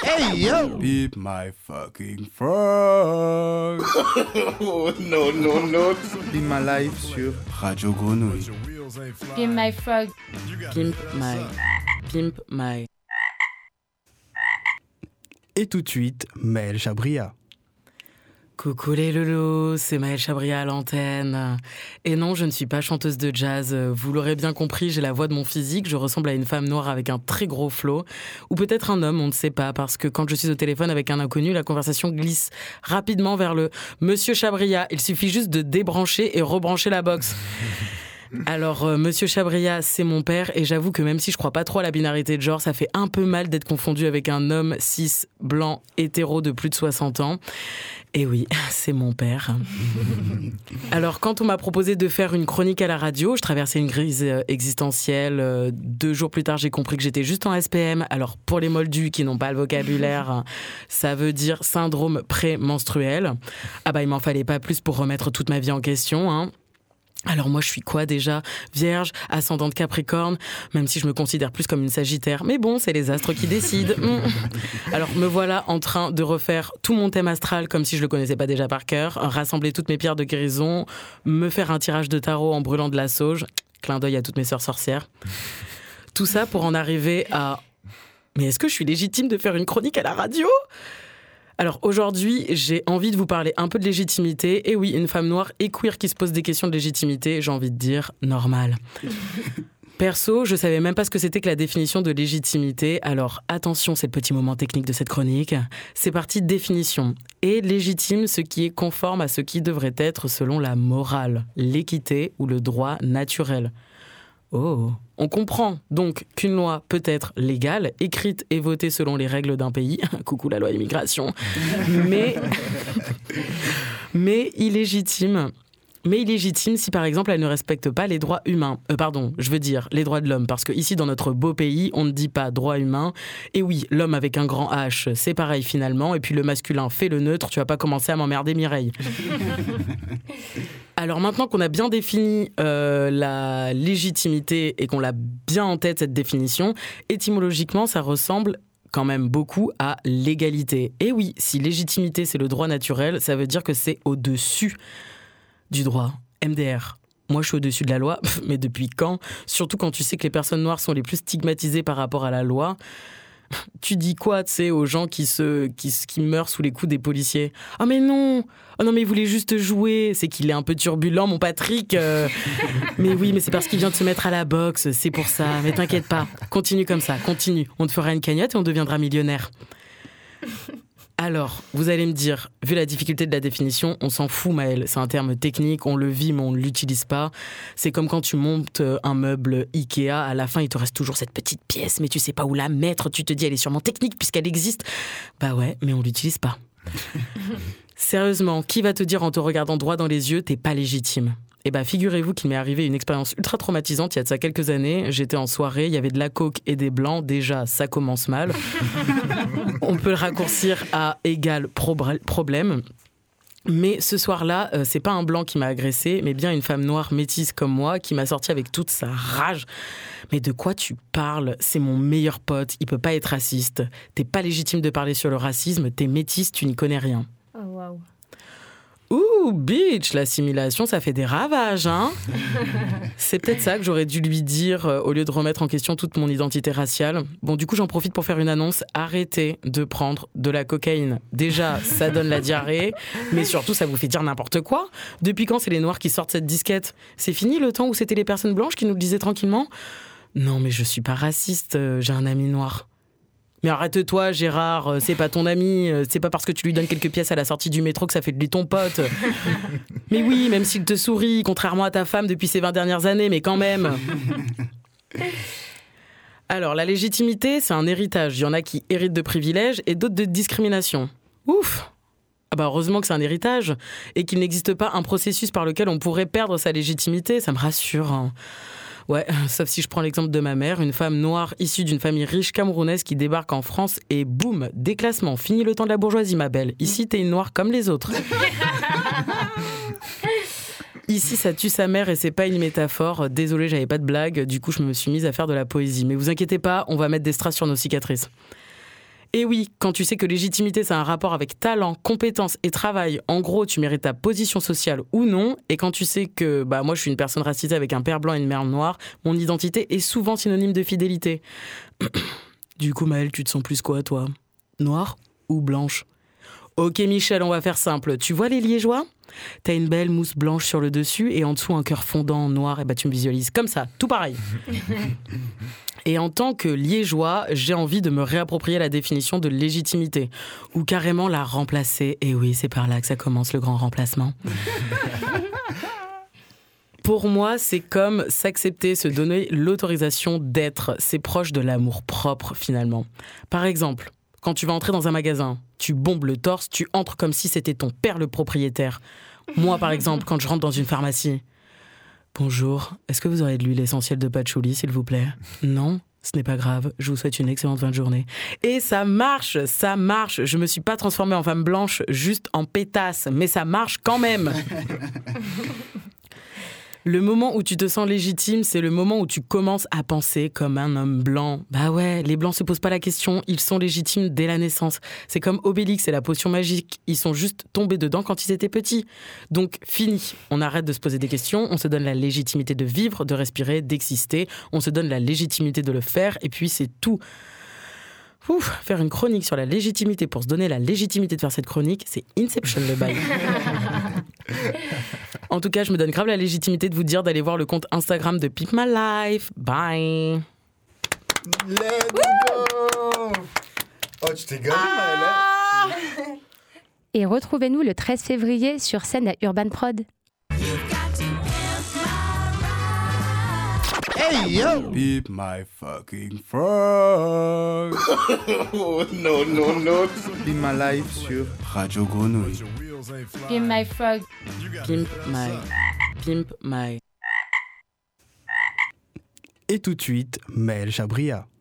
Hey, yo! Beep my fucking frog. No. Be my life sur Radio Grenouille. Pimp my frog. Pimp my. Et tout de suite, Maël Chabria. Coucou les loulous, c'est Maël Chabria à l'antenne. Et non, je ne suis pas chanteuse de jazz. Vous l'aurez bien compris, j'ai la voix de mon physique. Je ressemble à une femme noire avec un très gros flow. Ou peut-être un homme, on ne sait pas. Parce que quand je suis au téléphone avec un inconnu, la conversation glisse rapidement vers le « Monsieur Chabria ». Il suffit juste de débrancher et rebrancher la box. Alors, Monsieur Chabria, c'est mon père, et j'avoue que même si je crois pas trop à la binarité de genre, ça fait un peu mal d'être confondu avec un homme cis, blanc, hétéro de plus de 60 ans. Et oui, c'est mon père. Alors, quand on m'a proposé de faire une chronique à la radio, je traversais une crise existentielle. 2 jours plus tard, j'ai compris que j'étais juste en SPM. Alors, pour les moldus qui n'ont pas le vocabulaire, ça veut dire syndrome prémenstruel. Ah bah, il m'en fallait pas plus pour remettre toute ma vie en question, hein. Alors moi je suis quoi déjà ? Vierge, ascendante Capricorne, même si je me considère plus comme une Sagittaire. Mais bon, c'est les astres qui décident. Alors me voilà en train de refaire tout mon thème astral comme si je le connaissais pas déjà par cœur, rassembler toutes mes pierres de guérison, me faire un tirage de tarot en brûlant de la sauge, clin d'œil à toutes mes sœurs sorcières. Tout ça pour en arriver à... Mais est-ce que je suis légitime de faire une chronique à la radio ? Alors aujourd'hui, j'ai envie de vous parler un peu de légitimité. Et oui, une femme noire et queer qui se pose des questions de légitimité, j'ai envie de dire normal. Perso, je savais même pas ce que c'était que la définition de légitimité. Alors attention, c'est le petit moment technique de cette chronique. C'est parti, définition. Et légitime, ce qui est conforme à ce qui devrait être selon la morale, l'équité ou le droit naturel. Oh, on comprend donc qu'une loi peut être légale, écrite et votée selon les règles d'un pays. Coucou la loi immigration. Mais illégitime. Mais illégitime si par exemple elle ne respecte pas les droits humains. Les droits de l'homme. Parce qu'ici dans notre beau pays, on ne dit pas droit humain. Et oui, l'homme avec un grand H, c'est pareil finalement. Et puis le masculin fait le neutre, tu vas pas commencer à m'emmerder Mireille. Alors maintenant qu'on a bien défini la légitimité et qu'on l'a bien en tête cette définition, étymologiquement ça ressemble quand même beaucoup à l'égalité. Et oui, si légitimité c'est le droit naturel, ça veut dire que c'est au-dessus du droit. MDR. Moi, je suis au-dessus de la loi, mais depuis quand ? Surtout quand tu sais que les personnes noires sont les plus stigmatisées par rapport à la loi. Tu dis quoi, tu sais, aux gens qui meurent sous les coups des policiers ? Ah mais non ! Oh non mais il voulait juste jouer. C'est qu'il est un peu turbulent, mon Patrick. Mais oui, mais c'est parce qu'il vient de se mettre à la boxe, c'est pour ça. Mais t'inquiète pas, continue comme ça, continue. On te fera une cagnotte et on deviendra millionnaire. Alors, vous allez me dire, vu la difficulté de la définition, on s'en fout Maël, c'est un terme technique, on le vit mais on ne l'utilise pas. C'est comme quand tu montes un meuble Ikea, à la fin il te reste toujours cette petite pièce, mais tu sais pas où la mettre, tu te dis elle est sûrement technique puisqu'elle existe. Bah ouais, mais on l'utilise pas. Sérieusement, qui va te dire en te regardant droit dans les yeux, t'es pas légitime ? Eh bien, figurez-vous qu'il m'est arrivé une expérience ultra traumatisante il y a de ça quelques années. J'étais en soirée, il y avait de la coke et des blancs. Déjà, ça commence mal. On peut le raccourcir à égal problème. Mais ce soir-là, c'est pas un blanc qui m'a agressé, mais bien une femme noire métisse comme moi qui m'a sorti avec toute sa rage. Mais de quoi tu parles ? C'est mon meilleur pote, il peut pas être raciste. T'es pas légitime de parler sur le racisme, t'es métisse, tu n'y connais rien. Oh, waouh. Ouh, bitch, l'assimilation, ça fait des ravages, hein. C'est peut-être ça que j'aurais dû lui dire au lieu de remettre en question toute mon identité raciale. Bon, du coup, j'en profite pour faire une annonce. Arrêtez de prendre de la cocaïne. Déjà, ça donne la diarrhée, mais surtout, ça vous fait dire n'importe quoi. Depuis quand c'est les Noirs qui sortent cette disquette ? C'est fini le temps où c'était les personnes blanches qui nous le disaient tranquillement ? Non, mais je suis pas raciste, j'ai un ami noir. Mais arrête-toi, Gérard, c'est pas ton ami, c'est pas parce que tu lui donnes quelques pièces à la sortie du métro que ça fait de lui ton pote. Mais oui, même s'il te sourit, contrairement à ta femme depuis ces 20 dernières années, mais quand même. Alors, la légitimité, c'est un héritage. Il y en a qui héritent de privilèges et d'autres de discrimination. Ouf ! Ah bah heureusement que c'est un héritage et qu'il n'existe pas un processus par lequel on pourrait perdre sa légitimité, ça me rassure, hein. Ouais, sauf si je prends l'exemple de ma mère, une femme noire issue d'une famille riche camerounaise qui débarque en France et boum, déclassement, fini le temps de la bourgeoisie ma belle. Ici t'es une noire comme les autres. Ici ça tue sa mère et c'est pas une métaphore. Désolée, j'avais pas de blague, du coup je me suis mise à faire de la poésie. Mais vous inquiétez pas, on va mettre des strass sur nos cicatrices. Et oui, quand tu sais que légitimité, c'est un rapport avec talent, compétence et travail, en gros, tu mérites ta position sociale ou non, et quand tu sais que moi, je suis une personne racisée avec un père blanc et une mère noire, mon identité est souvent synonyme de fidélité. Du coup, Maëlle, tu te sens plus quoi, toi ? Noire ou blanche ? Ok, Michel, on va faire simple. Tu vois les liégeois ? T'as une belle mousse blanche sur le dessus et en dessous un cœur fondant noir, et tu me visualises comme ça, tout pareil. Et en tant que liégeois, j'ai envie de me réapproprier la définition de légitimité, ou carrément la remplacer. Et oui, c'est par là que ça commence le grand remplacement. Pour moi, c'est comme s'accepter, se donner l'autorisation d'être. C'est proche de l'amour-propre, finalement. Par exemple, quand tu vas entrer dans un magasin, tu bombes le torse, tu entres comme si c'était ton père le propriétaire. Moi, par exemple, quand je rentre dans une pharmacie. Bonjour, est-ce que vous aurez de l'huile essentielle de patchouli, s'il vous plaît ? Non ? Ce n'est pas grave, je vous souhaite une excellente fin de journée. Et ça marche. Je me suis pas transformée en femme blanche, juste en pétasse, mais ça marche quand même. Le moment où tu te sens légitime, c'est le moment où tu commences à penser comme un homme blanc. Bah ouais, les blancs se posent pas la question, ils sont légitimes dès la naissance. C'est comme Obélix et la potion magique, ils sont juste tombés dedans quand ils étaient petits. Donc fini, on arrête de se poser des questions, on se donne la légitimité de vivre, de respirer, d'exister, on se donne la légitimité de le faire, et puis c'est tout. Faire une chronique sur la légitimité pour se donner la légitimité de faire cette chronique, c'est Inception le bail. En tout cas, je me donne grave la légitimité de vous dire d'aller voir le compte Instagram de Pimp My Life. Bye. Let's go. Oh, tu t'es gagné, Maëlle. Et retrouvez-nous le 13 février sur scène à Urban Prod. Hey, yo. Beep my fucking frog. Oh, non. In my life sur Radio Grenouille. Pimp My Frog. Pimp my. Et tout de suite, Maëlle Chabria.